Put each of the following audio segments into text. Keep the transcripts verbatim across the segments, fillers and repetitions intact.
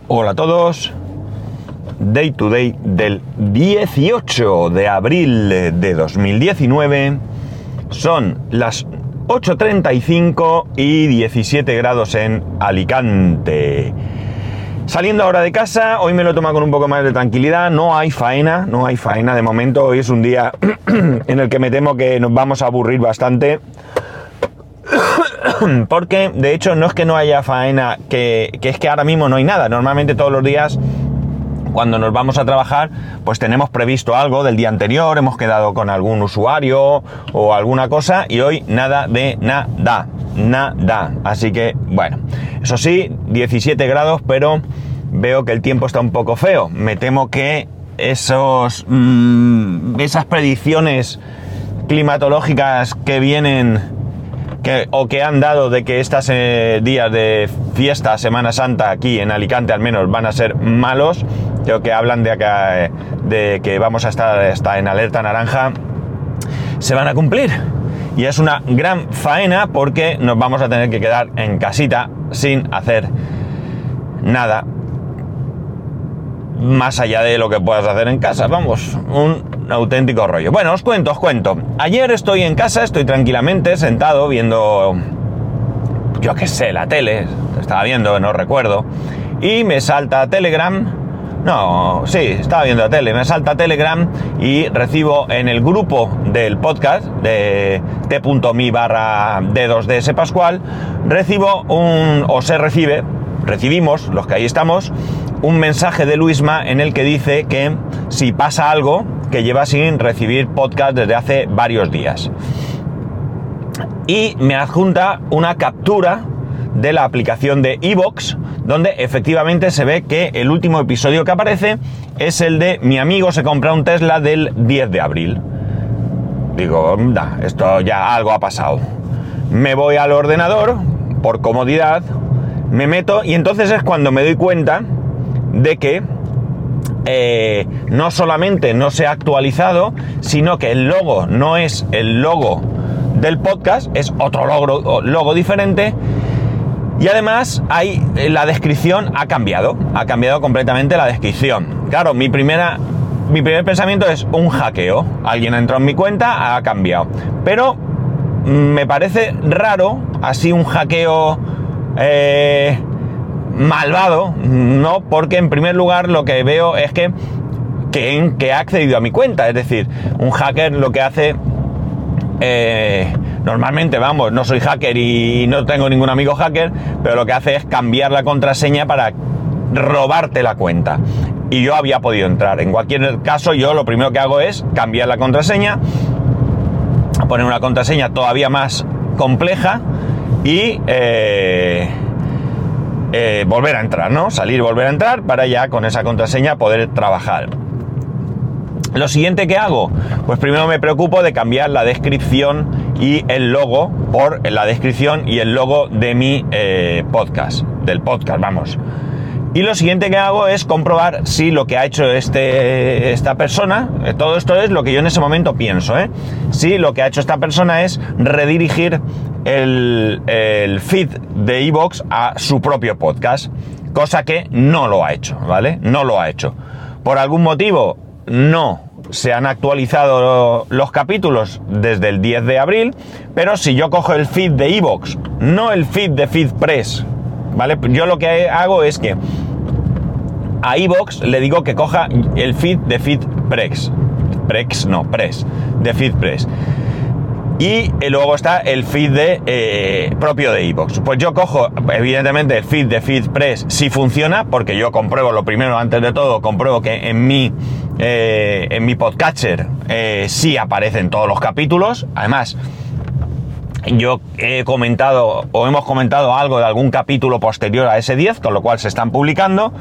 Hola a todos. Day to day del dieciocho de abril de dos mil diecinueve. Son las ocho treinta y cinco y diecisiete grados en Alicante. Saliendo ahora de casa, hoy me lo tomo con un poco más de tranquilidad. No hay faena, no hay faena de momento. Hoy es un día en el que me temo que nos vamos a aburrir bastante. Porque de hecho no es que no haya faena, que, que es que ahora mismo no hay nada. Normalmente todos los días cuando nos vamos a trabajar pues tenemos previsto algo del día anterior, hemos quedado con algún usuario o alguna cosa, y hoy nada de nada, nada. Así que bueno, eso sí, diecisiete grados, pero veo que el tiempo está un poco feo. Me temo que esos mmm, esas predicciones climatológicas que vienen Que, o que han dado de que estos eh, días de fiesta, Semana Santa, aquí en Alicante al menos, van a ser malos. Creo que hablan de, acá, eh, de que vamos a estar hasta en alerta naranja. Se van a cumplir. Y es una gran faena porque nos vamos a tener que quedar en casita sin hacer nada más allá de lo que puedas hacer en casa. Vamos, un auténtico rollo. Bueno, os cuento, os cuento. Ayer estoy en casa, estoy tranquilamente sentado viendo, yo qué sé, la tele. Estaba viendo, no recuerdo. Y me salta Telegram. No, sí, estaba viendo la tele. Me salta Telegram y recibo en el grupo del podcast de t.me barra d2ds Pascual, recibo un, o se recibe, recibimos, los que ahí estamos, un mensaje de Luisma en el que dice que si pasa algo, que lleva sin recibir podcast desde hace varios días. Y me adjunta una captura de la aplicación de iVoox, donde efectivamente se ve que el último episodio que aparece es el de mi amigo se compra un Tesla del diez de abril. Digo, da, esto ya algo ha pasado. Me voy al ordenador, por comodidad, me meto y entonces es cuando me doy cuenta de que eh, no solamente no se ha actualizado, sino que el logo no es el logo del podcast, es otro logo, logo diferente, y además hay, la descripción ha cambiado, ha cambiado completamente la descripción. Claro, mi primera, mi primer pensamiento es un hackeo, alguien ha entrado en mi cuenta, ha cambiado, pero me parece raro, así un hackeo eh, malvado, no, porque en primer lugar lo que veo es que, que, que ha accedido a mi cuenta. Es decir, un hacker lo que hace, eh, normalmente, vamos, no soy hacker y no tengo ningún amigo hacker, pero lo que hace es cambiar la contraseña para robarte la cuenta. Y yo había podido entrar. En cualquier caso, yo lo primero que hago es cambiar la contraseña, poner una contraseña todavía más compleja y eh, Eh, volver a entrar, ¿no? Salir, volver a entrar para ya con esa contraseña poder trabajar. Lo siguiente que hago, pues primero me preocupo de cambiar la descripción y el logo por la descripción y el logo de mi eh, podcast, del podcast, vamos. Y lo siguiente que hago es comprobar si lo que ha hecho este, esta persona, eh, todo esto es lo que yo en ese momento pienso, ¿eh? Si lo que ha hecho esta persona es redirigir el, el feed de iVoox a su propio podcast, cosa que no lo ha hecho, ¿vale? No lo ha hecho. Por algún motivo no se han actualizado los capítulos desde el diez de abril, pero si yo cojo el feed de iVoox, no el feed de FeedPress, ¿vale? Yo lo que hago es que a iVoox le digo que coja el feed de FeedPress. Press, no, Press, de FeedPress. Y luego está el feed de, eh, propio de iVoox. Pues yo cojo, evidentemente, el feed de FeedPress si funciona, porque yo compruebo, lo primero, antes de todo, compruebo que en mi, eh, en mi podcatcher eh, sí aparecen todos los capítulos. Además, yo he comentado o hemos comentado algo de algún capítulo posterior a ese diez, con lo cual se están publicando.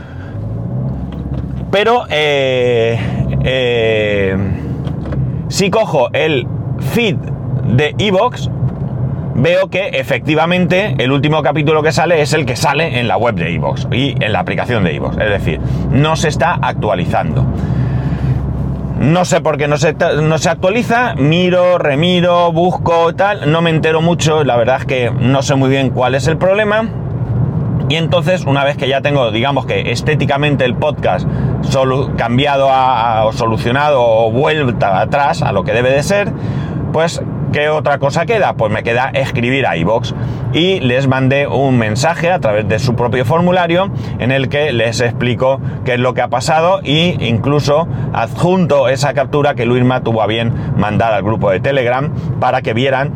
Pero eh, eh, si cojo el feed de iVoox, veo que efectivamente el último capítulo que sale es el que sale en la web de iVoox y en la aplicación de iVoox. Es decir, no se está actualizando. No sé por qué no se, no se actualiza, miro, remiro, busco, tal, no me entero mucho, la verdad es que no sé muy bien cuál es el problema. Y entonces, una vez que ya tengo, digamos que estéticamente el podcast solu- cambiado a, a, o solucionado o vuelta atrás a lo que debe de ser, pues ¿qué otra cosa queda? Pues me queda escribir a iVoox. Y les mandé un mensaje a través de su propio formulario en el que les explico qué es lo que ha pasado, e incluso adjunto esa captura que Luisma tuvo a bien mandar al grupo de Telegram para que vieran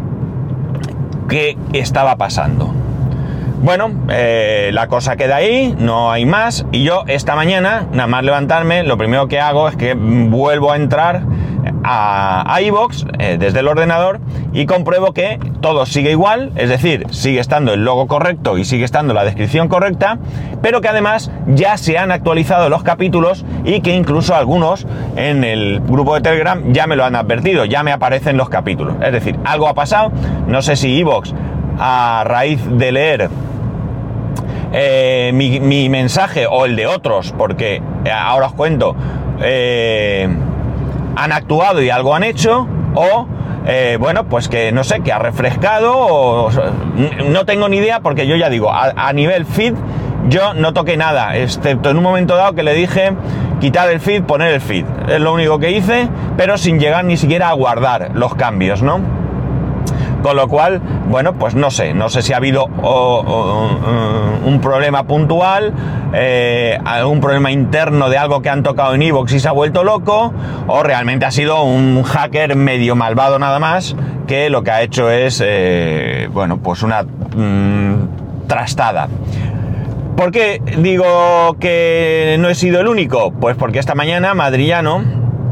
qué estaba pasando. Bueno, eh, la cosa queda ahí, no hay más, y yo esta mañana, nada más levantarme, lo primero que hago es que vuelvo a entrar a, a iVoox eh, desde el ordenador y compruebo que todo sigue igual, es decir, sigue estando el logo correcto y sigue estando la descripción correcta, pero que además ya se han actualizado los capítulos y que incluso algunos en el grupo de Telegram ya me lo han advertido, ya me aparecen los capítulos. Es decir, algo ha pasado, no sé si iVoox, a raíz de leer Eh, mi, mi mensaje o el de otros, porque ahora os cuento, eh, han actuado y algo han hecho, o eh, bueno, pues que no sé, que ha refrescado, o, no tengo ni idea, porque yo ya digo, a, a nivel feed yo no toqué nada, excepto en un momento dado que le dije quitar el feed, poner el feed, es lo único que hice, pero sin llegar ni siquiera a guardar los cambios, ¿no? Con lo cual, bueno, pues no sé, no sé si ha habido o, o, un problema puntual, eh, algún problema interno de algo que han tocado en iVoox y se ha vuelto loco, o realmente ha sido un hacker medio malvado nada más, que lo que ha hecho es, eh, bueno, pues una mmm, trastada. ¿Por qué digo que no he sido el único? Pues porque esta mañana Madrillano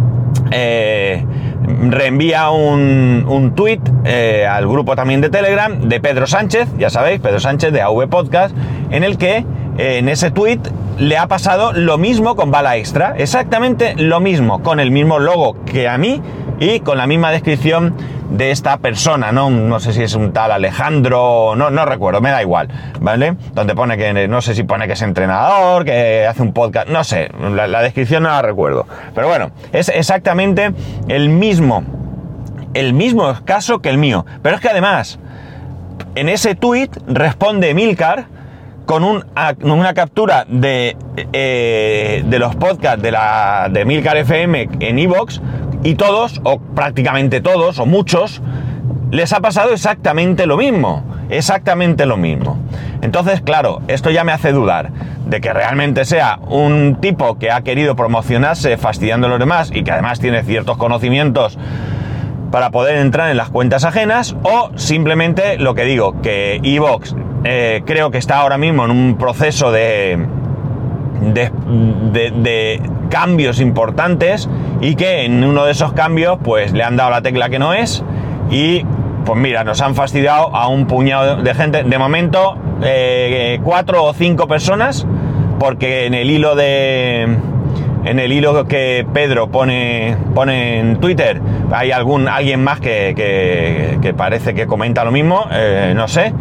eh, reenvía un, un tuit eh, al grupo también de Telegram de Pedro Sánchez, ya sabéis, Pedro Sánchez de A V Podcast, en el que eh, en ese tuit le ha pasado lo mismo con Bala Extra, exactamente lo mismo, con el mismo logo que a mí y con la misma descripción de esta persona, no, no sé si es un tal Alejandro, no, no recuerdo, me da igual, ¿vale? Donde pone que, no sé si pone que es entrenador, que hace un podcast, no sé, la, la descripción no la recuerdo, pero bueno, es exactamente el mismo, el mismo caso que el mío, pero es que además, en ese tuit responde Emilcar con un, una captura de, eh, de los podcasts de, la, de Emilcar F M en iVoox, y todos, o prácticamente todos, o muchos, les ha pasado exactamente lo mismo, exactamente lo mismo. Entonces, claro, esto ya me hace dudar de que realmente sea un tipo que ha querido promocionarse fastidiando a los demás y que además tiene ciertos conocimientos para poder entrar en las cuentas ajenas, o simplemente lo que digo, que iVoox eh, creo que está ahora mismo en un proceso de... De, de, de cambios importantes y que en uno de esos cambios pues le han dado la tecla que no es y pues mira, nos han fastidiado a un puñado de gente, de momento eh, cuatro o cinco personas, porque en el hilo de en el hilo que Pedro pone pone en Twitter hay algún alguien más que, que, que parece que comenta lo mismo, eh, no sé.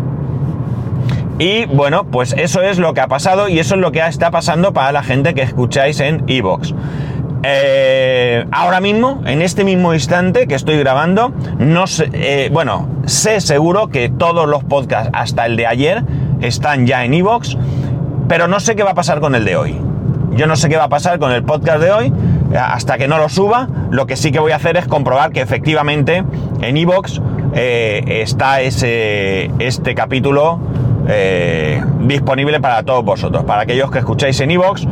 Y bueno, pues eso es lo que ha pasado y eso es lo que está pasando para la gente que escucháis en iVoox. Eh, ahora mismo, en este mismo instante que estoy grabando, no sé, eh, bueno, sé seguro que todos los podcasts hasta el de ayer están ya en iVoox, pero no sé qué va a pasar con el de hoy. Yo no sé qué va a pasar con el podcast de hoy hasta que no lo suba. Lo que sí que voy a hacer es comprobar que efectivamente en iVoox eh, está ese, este capítulo Eh, disponible para todos vosotros, para aquellos que escucháis en iVoox,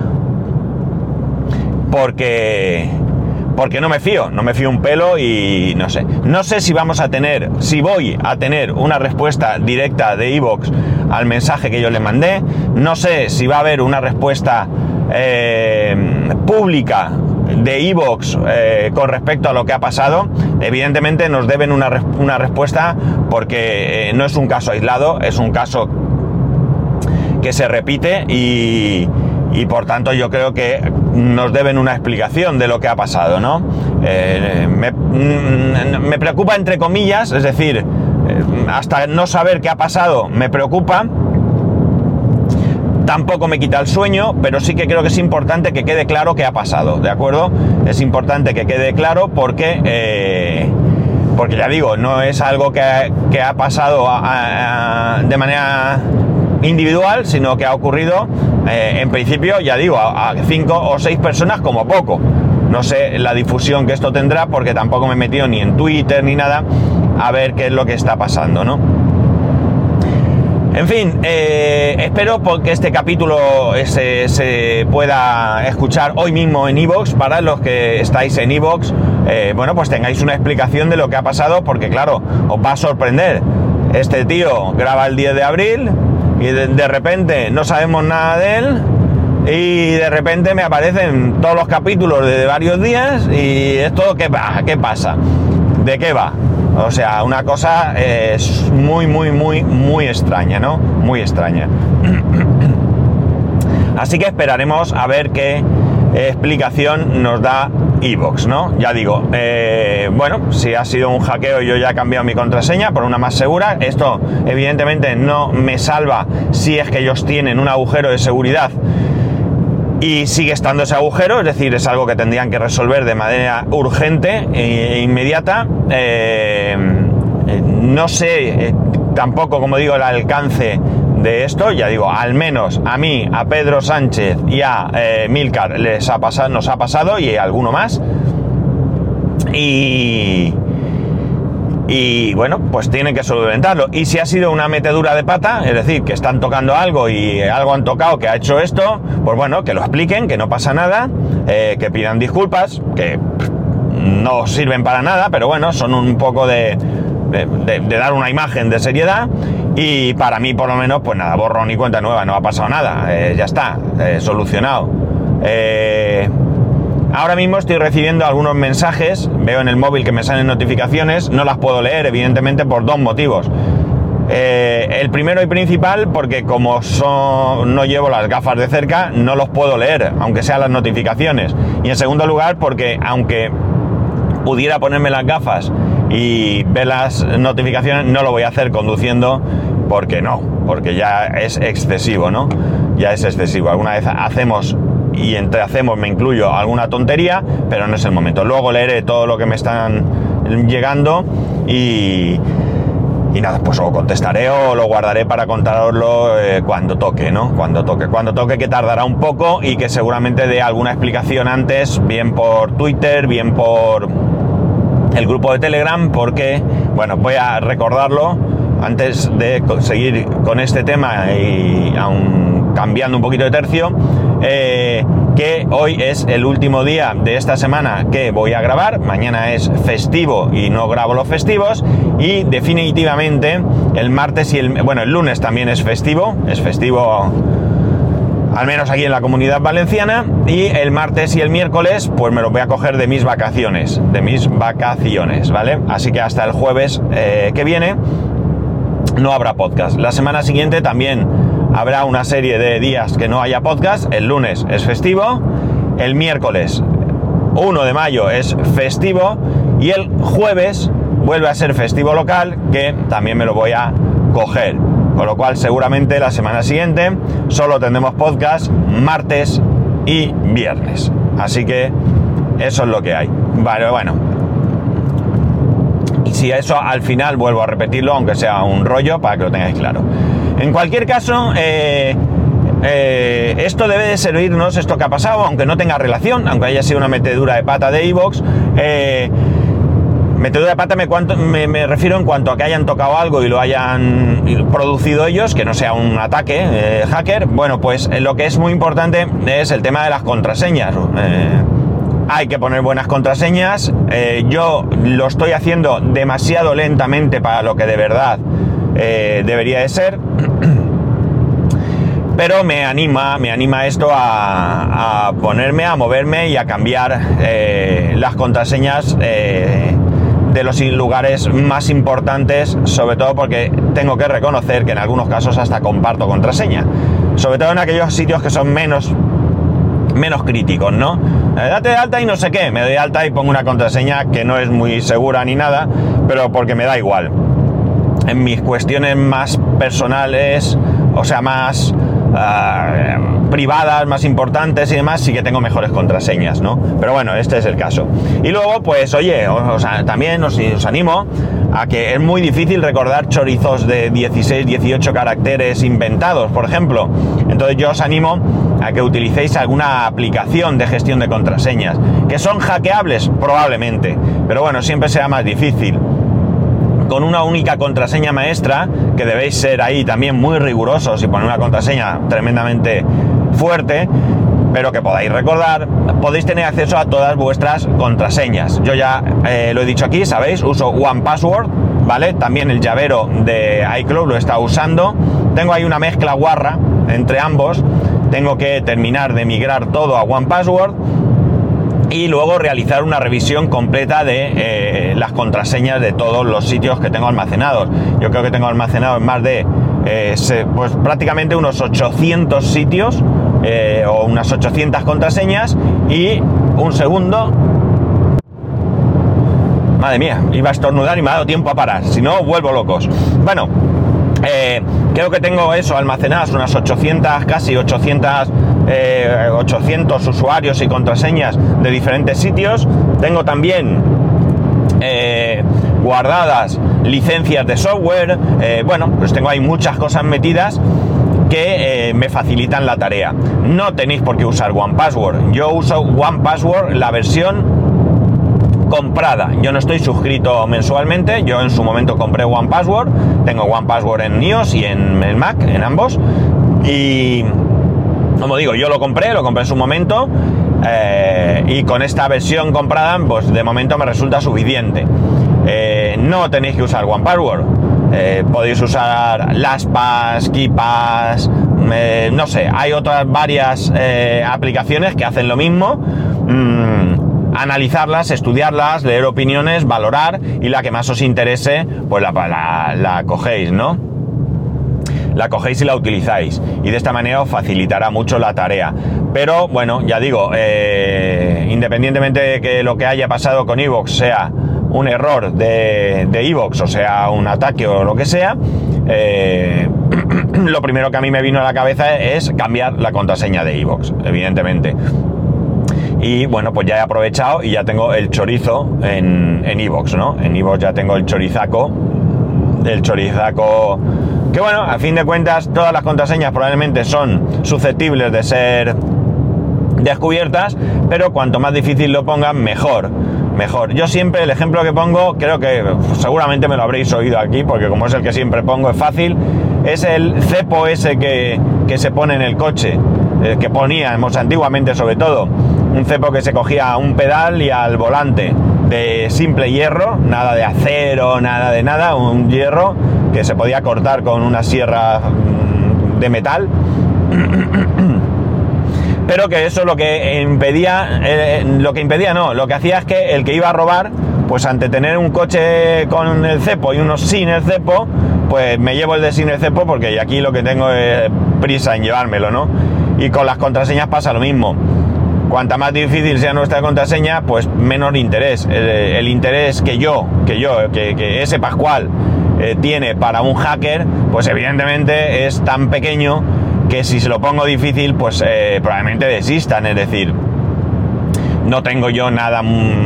porque porque no me fío, no me fío un pelo y no sé, no sé si vamos a tener, si voy a tener una respuesta directa de iVoox al mensaje que yo le mandé, no sé si va a haber una respuesta eh, pública de iVoox eh, con respecto a lo que ha pasado. Evidentemente nos deben una, una respuesta porque eh, no es un caso aislado, es un caso que se repite y, y por tanto yo creo que nos deben una explicación de lo que ha pasado, ¿no? Eh, me, me preocupa entre comillas, es decir, eh, hasta no saber qué ha pasado me preocupa. Tampoco me quita el sueño, pero sí que creo que es importante que quede claro qué ha pasado, ¿de acuerdo? Es importante que quede claro porque, eh, porque ya digo, no es algo que, que ha pasado a, a, de manera individual, sino que ha ocurrido, eh, en principio, ya digo, a, a cinco o seis personas como poco. No sé la difusión que esto tendrá, porque tampoco me he metido ni en Twitter ni nada a ver qué es lo que está pasando, ¿no? En fin, eh, espero que este capítulo se, se pueda escuchar hoy mismo en iVoox. Para los que estáis en iVoox, eh, bueno, pues tengáis una explicación de lo que ha pasado, porque claro, os va a sorprender. Este tío graba el diez de abril y de, de repente no sabemos nada de él, y de repente me aparecen todos los capítulos de varios días, y esto, ¿qué, qué pasa? ¿De qué va? O sea, una cosa es eh, muy, muy, muy, muy extraña, ¿no? Muy extraña. Así que esperaremos a ver qué explicación nos da iVoox, ¿no? Ya digo, eh, bueno, si ha sido un hackeo, yo ya he cambiado mi contraseña por una más segura. Esto, evidentemente, no me salva si es que ellos tienen un agujero de seguridad y sigue estando ese agujero, es decir, es algo que tendrían que resolver de manera urgente e inmediata. Eh, no sé eh, tampoco, como digo, el alcance de esto. Ya digo, al menos a mí, a Pedro Sánchez y a eh, Milcar les ha pasado, nos ha pasado, y a alguno más. Y... Y bueno, pues tienen que solventarlo. Y si ha sido una metedura de pata, es decir, que están tocando algo y algo han tocado que ha hecho esto, pues bueno, que lo expliquen, que no pasa nada, eh, que pidan disculpas, que no sirven para nada, pero bueno, son un poco de, de, de, de dar una imagen de seriedad. Y para mí, por lo menos, pues nada, borrón y cuenta nueva, no ha pasado nada, eh, ya está, eh, solucionado. Eh... Ahora mismo estoy recibiendo algunos mensajes, veo en el móvil que me salen notificaciones, no las puedo leer, evidentemente, por dos motivos. Eh, el primero y principal, porque como son, no llevo las gafas de cerca, no los puedo leer, aunque sean las notificaciones. Y en segundo lugar, porque aunque pudiera ponerme las gafas y ver las notificaciones, no lo voy a hacer conduciendo, porque no, porque ya es excesivo, ¿no? Ya es excesivo. Alguna vez hacemos... y entre hacemos me incluyo alguna tontería, pero no es el momento. Luego leeré todo lo que me están llegando y, y nada, pues o contestaré o lo guardaré para contároslo eh, cuando toque, ¿no? Cuando toque, cuando toque, que tardará un poco y que seguramente dé alguna explicación antes, bien por Twitter, bien por el grupo de Telegram, porque, bueno, voy a recordarlo antes de seguir con este tema y aún cambiando un poquito de tercio. Eh, que hoy es el último día de esta semana que voy a grabar. Mañana es festivo y no grabo los festivos, y definitivamente el martes y el... bueno, el lunes también es festivo, es festivo al menos aquí en la Comunidad Valenciana, y el martes y el miércoles pues me lo voy a coger de mis vacaciones, de mis vacaciones, ¿vale? Así que hasta el jueves eh, que viene no habrá podcast. La semana siguiente también habrá una serie de días que no haya podcast. El lunes es festivo, el miércoles uno de mayo es festivo, y el jueves vuelve a ser festivo local, que también me lo voy a coger. Con lo cual seguramente la semana siguiente solo tendremos podcast martes y viernes. Así que eso es lo que hay. Vale, bueno. Y si eso al final vuelvo a repetirlo, aunque sea un rollo, para que lo tengáis claro. En cualquier caso, eh, eh, esto debe de servirnos, esto que ha pasado, aunque no tenga relación, aunque haya sido una metedura de pata de iVoox. Eh, metedura de pata me, cuanto, me, me refiero en cuanto a que hayan tocado algo y lo hayan producido ellos, que no sea un ataque eh, hacker. Bueno, pues eh, lo que es muy importante es el tema de las contraseñas. Eh, hay que poner buenas contraseñas. Eh, yo lo estoy haciendo demasiado lentamente para lo que de verdad eh, debería de ser. Pero me anima, me anima esto a, a ponerme, a moverme y a cambiar eh, las contraseñas eh, de los lugares más importantes, sobre todo porque tengo que reconocer que en algunos casos hasta comparto contraseña, sobre todo en aquellos sitios que son menos, menos críticos, ¿no? Eh, date de alta y no sé qué, me doy de alta y pongo una contraseña que no es muy segura ni nada, pero porque me da igual. En mis cuestiones más personales, o sea, más... Uh, privadas más importantes y demás, sí que tengo mejores contraseñas, ¿no? Pero bueno, este es el caso. Y luego, pues oye, os, os, también os, os animo a que es muy difícil recordar chorizos de dieciséis, dieciocho caracteres inventados, por ejemplo. Entonces yo os animo a que utilicéis alguna aplicación de gestión de contraseñas. ¿Que son hackeables? Probablemente. Pero bueno, siempre será más difícil. Con una única contraseña maestra, que debéis ser ahí también muy rigurosos y poner una contraseña tremendamente fuerte, pero que podáis recordar, podéis tener acceso a todas vuestras contraseñas. Yo ya eh, lo he dicho aquí, sabéis, uso one password, ¿vale? También el llavero de iCloud lo está usando. Tengo ahí una mezcla guarra entre ambos. Tengo que terminar de migrar todo a one password y luego realizar una revisión completa de eh, las contraseñas de todos los sitios que tengo almacenados. Yo creo que tengo almacenados más de eh, se, pues prácticamente unos ochocientos sitios eh, o unas ochocientas contraseñas. Y un segundo, madre mía, iba a estornudar y me ha dado tiempo a parar, si no vuelvo locos. Bueno, eh, creo que tengo eso, almacenadas unas ochocientas, casi ochocientas, eh, ochocientos usuarios y contraseñas de diferentes sitios. Tengo también eh, guardadas licencias de software. eh, bueno, pues tengo ahí muchas cosas metidas que eh, me facilitan la tarea. No tenéis por qué usar one password. Yo uso one password, la versión comprada. Yo no estoy suscrito mensualmente. Yo en su momento compré one password. Tengo one password en iOS y en el Mac, en ambos. Y como digo, yo lo compré, lo compré en su momento. Eh, y con esta versión comprada, pues de momento me resulta suficiente. Eh, no tenéis que usar one password. Eh, podéis usar LastPass, KeePass, eh, no sé, hay otras varias eh, aplicaciones que hacen lo mismo. Mm, analizarlas, estudiarlas, leer opiniones, valorar, y la que más os interese, pues la, la, la cogéis, ¿no? La cogéis y la utilizáis, y de esta manera os facilitará mucho la tarea. Pero bueno, ya digo, eh, independientemente de que lo que haya pasado con iVoox sea un error de, de iVoox, o sea un ataque o lo que sea, eh, lo primero que a mí me vino a la cabeza es cambiar la contraseña de iVoox, evidentemente. Y bueno, pues ya he aprovechado y ya tengo el chorizo en en iVoox, ¿no? En iVoox ya tengo el chorizaco, el chorizaco que bueno, a fin de cuentas todas las contraseñas probablemente son susceptibles de ser descubiertas, pero cuanto más difícil lo pongan, mejor. Mejor. Yo siempre el ejemplo que pongo, creo que seguramente me lo habréis oído aquí, porque como es el que siempre pongo, es fácil, es el cepo ese que, que se pone en el coche, el que poníamos antiguamente sobre todo, un cepo que se cogía a un pedal y al volante, de simple hierro, nada de acero, nada de nada, un hierro que se podía cortar con una sierra de metal. Pero que eso lo que impedía, eh, lo que impedía no, lo que hacía es que el que iba a robar, pues ante tener un coche con el cepo y uno sin el cepo, pues me llevo el de sin el cepo, porque aquí lo que tengo es prisa en llevármelo, ¿no? Y con las contraseñas pasa lo mismo. Cuanta más difícil sea nuestra contraseña, pues menor interés. El, el interés que yo, que yo, que, que ese Pascual eh, tiene para un hacker, pues evidentemente es tan pequeño que si se lo pongo difícil, pues eh, probablemente desistan. Es decir, no tengo yo nada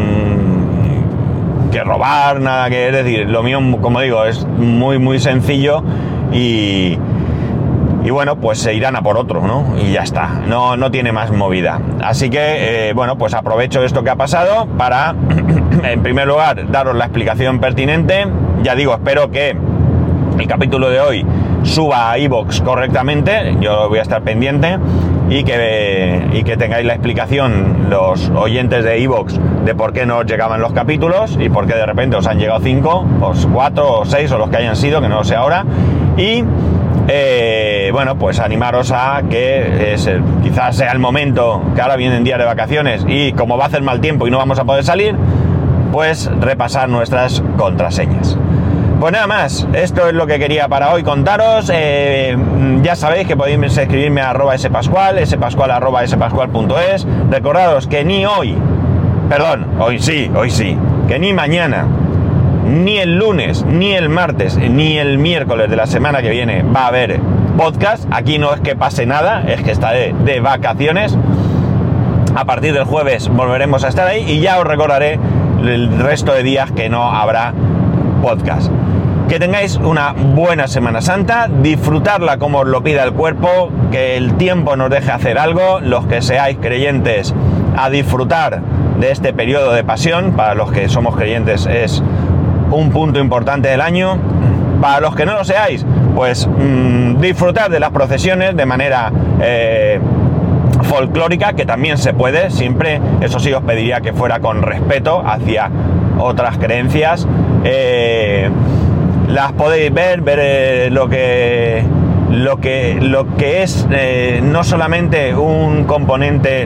mmm, que robar, nada que... Es decir, lo mío, como digo, es muy, muy sencillo y... Y bueno, pues se irán a por otro, ¿no? Y ya está, no, no tiene más movida. Así que, eh, bueno, pues aprovecho esto que ha pasado para, en primer lugar, daros la explicación pertinente. Ya digo, espero que el capítulo de hoy suba a iVoox correctamente, yo voy a estar pendiente, y que, y que tengáis la explicación los oyentes de iVoox de por qué no os llegaban los capítulos y por qué de repente os han llegado cinco, o cuatro, o seis, o los que hayan sido, que no lo sé ahora. Y... Eh, bueno, pues animaros a que es el, quizás sea el momento, que ahora vienen días de vacaciones y como va a hacer mal tiempo y no vamos a poder salir, pues repasar nuestras contraseñas. Pues nada más, esto es lo que quería para hoy contaros. Eh, ya sabéis que podéis escribirme a arroba spascual, spascual arroba spascual punto es. Recordaros que ni hoy, perdón, hoy sí, hoy sí, que ni mañana, ni el lunes, ni el martes, ni el miércoles de la semana que viene va a haber podcast. Aquí no es que pase nada, es que estaré de vacaciones. A partir del jueves volveremos a estar ahí y ya os recordaré el resto de días que no habrá podcast. Que tengáis una buena Semana Santa, disfrutarla como os lo pida el cuerpo, que el tiempo nos deje hacer algo, los que seáis creyentes a disfrutar de este periodo de pasión. Para los que somos creyentes es un punto importante del año. Para los que no lo seáis, pues mmm, disfrutar de las procesiones de manera eh, folclórica, que también se puede, siempre, eso sí os pediría que fuera con respeto hacia otras creencias. Eh, las podéis ver, ver eh, lo que lo que lo que es eh, no solamente un componente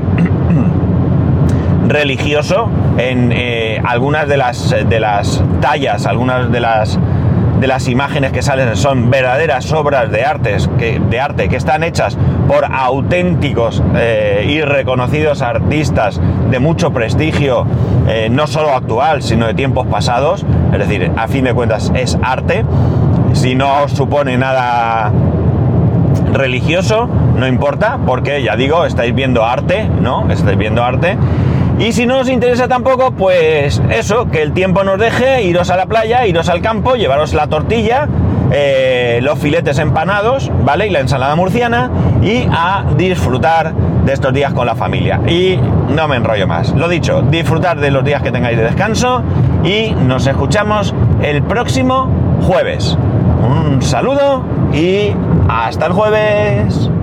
religioso en eh, algunas de las de las tallas, algunas de las de las imágenes que salen son verdaderas obras de artes que, de arte que están hechas por auténticos eh, y reconocidos artistas de mucho prestigio, eh, no solo actual, sino de tiempos pasados. Es decir, a fin de cuentas es arte. Si no os supone nada religioso, no importa, porque ya digo, estáis viendo arte, ¿no? Estáis viendo arte. Y si no os interesa tampoco, pues eso, que el tiempo nos deje, iros a la playa, iros al campo, llevaros la tortilla, eh, los filetes empanados, ¿vale? Y la ensalada murciana, y a disfrutar de estos días con la familia. Y no me enrollo más. Lo dicho, disfrutar de los días que tengáis de descanso y nos escuchamos el próximo jueves. Un saludo y hasta el jueves.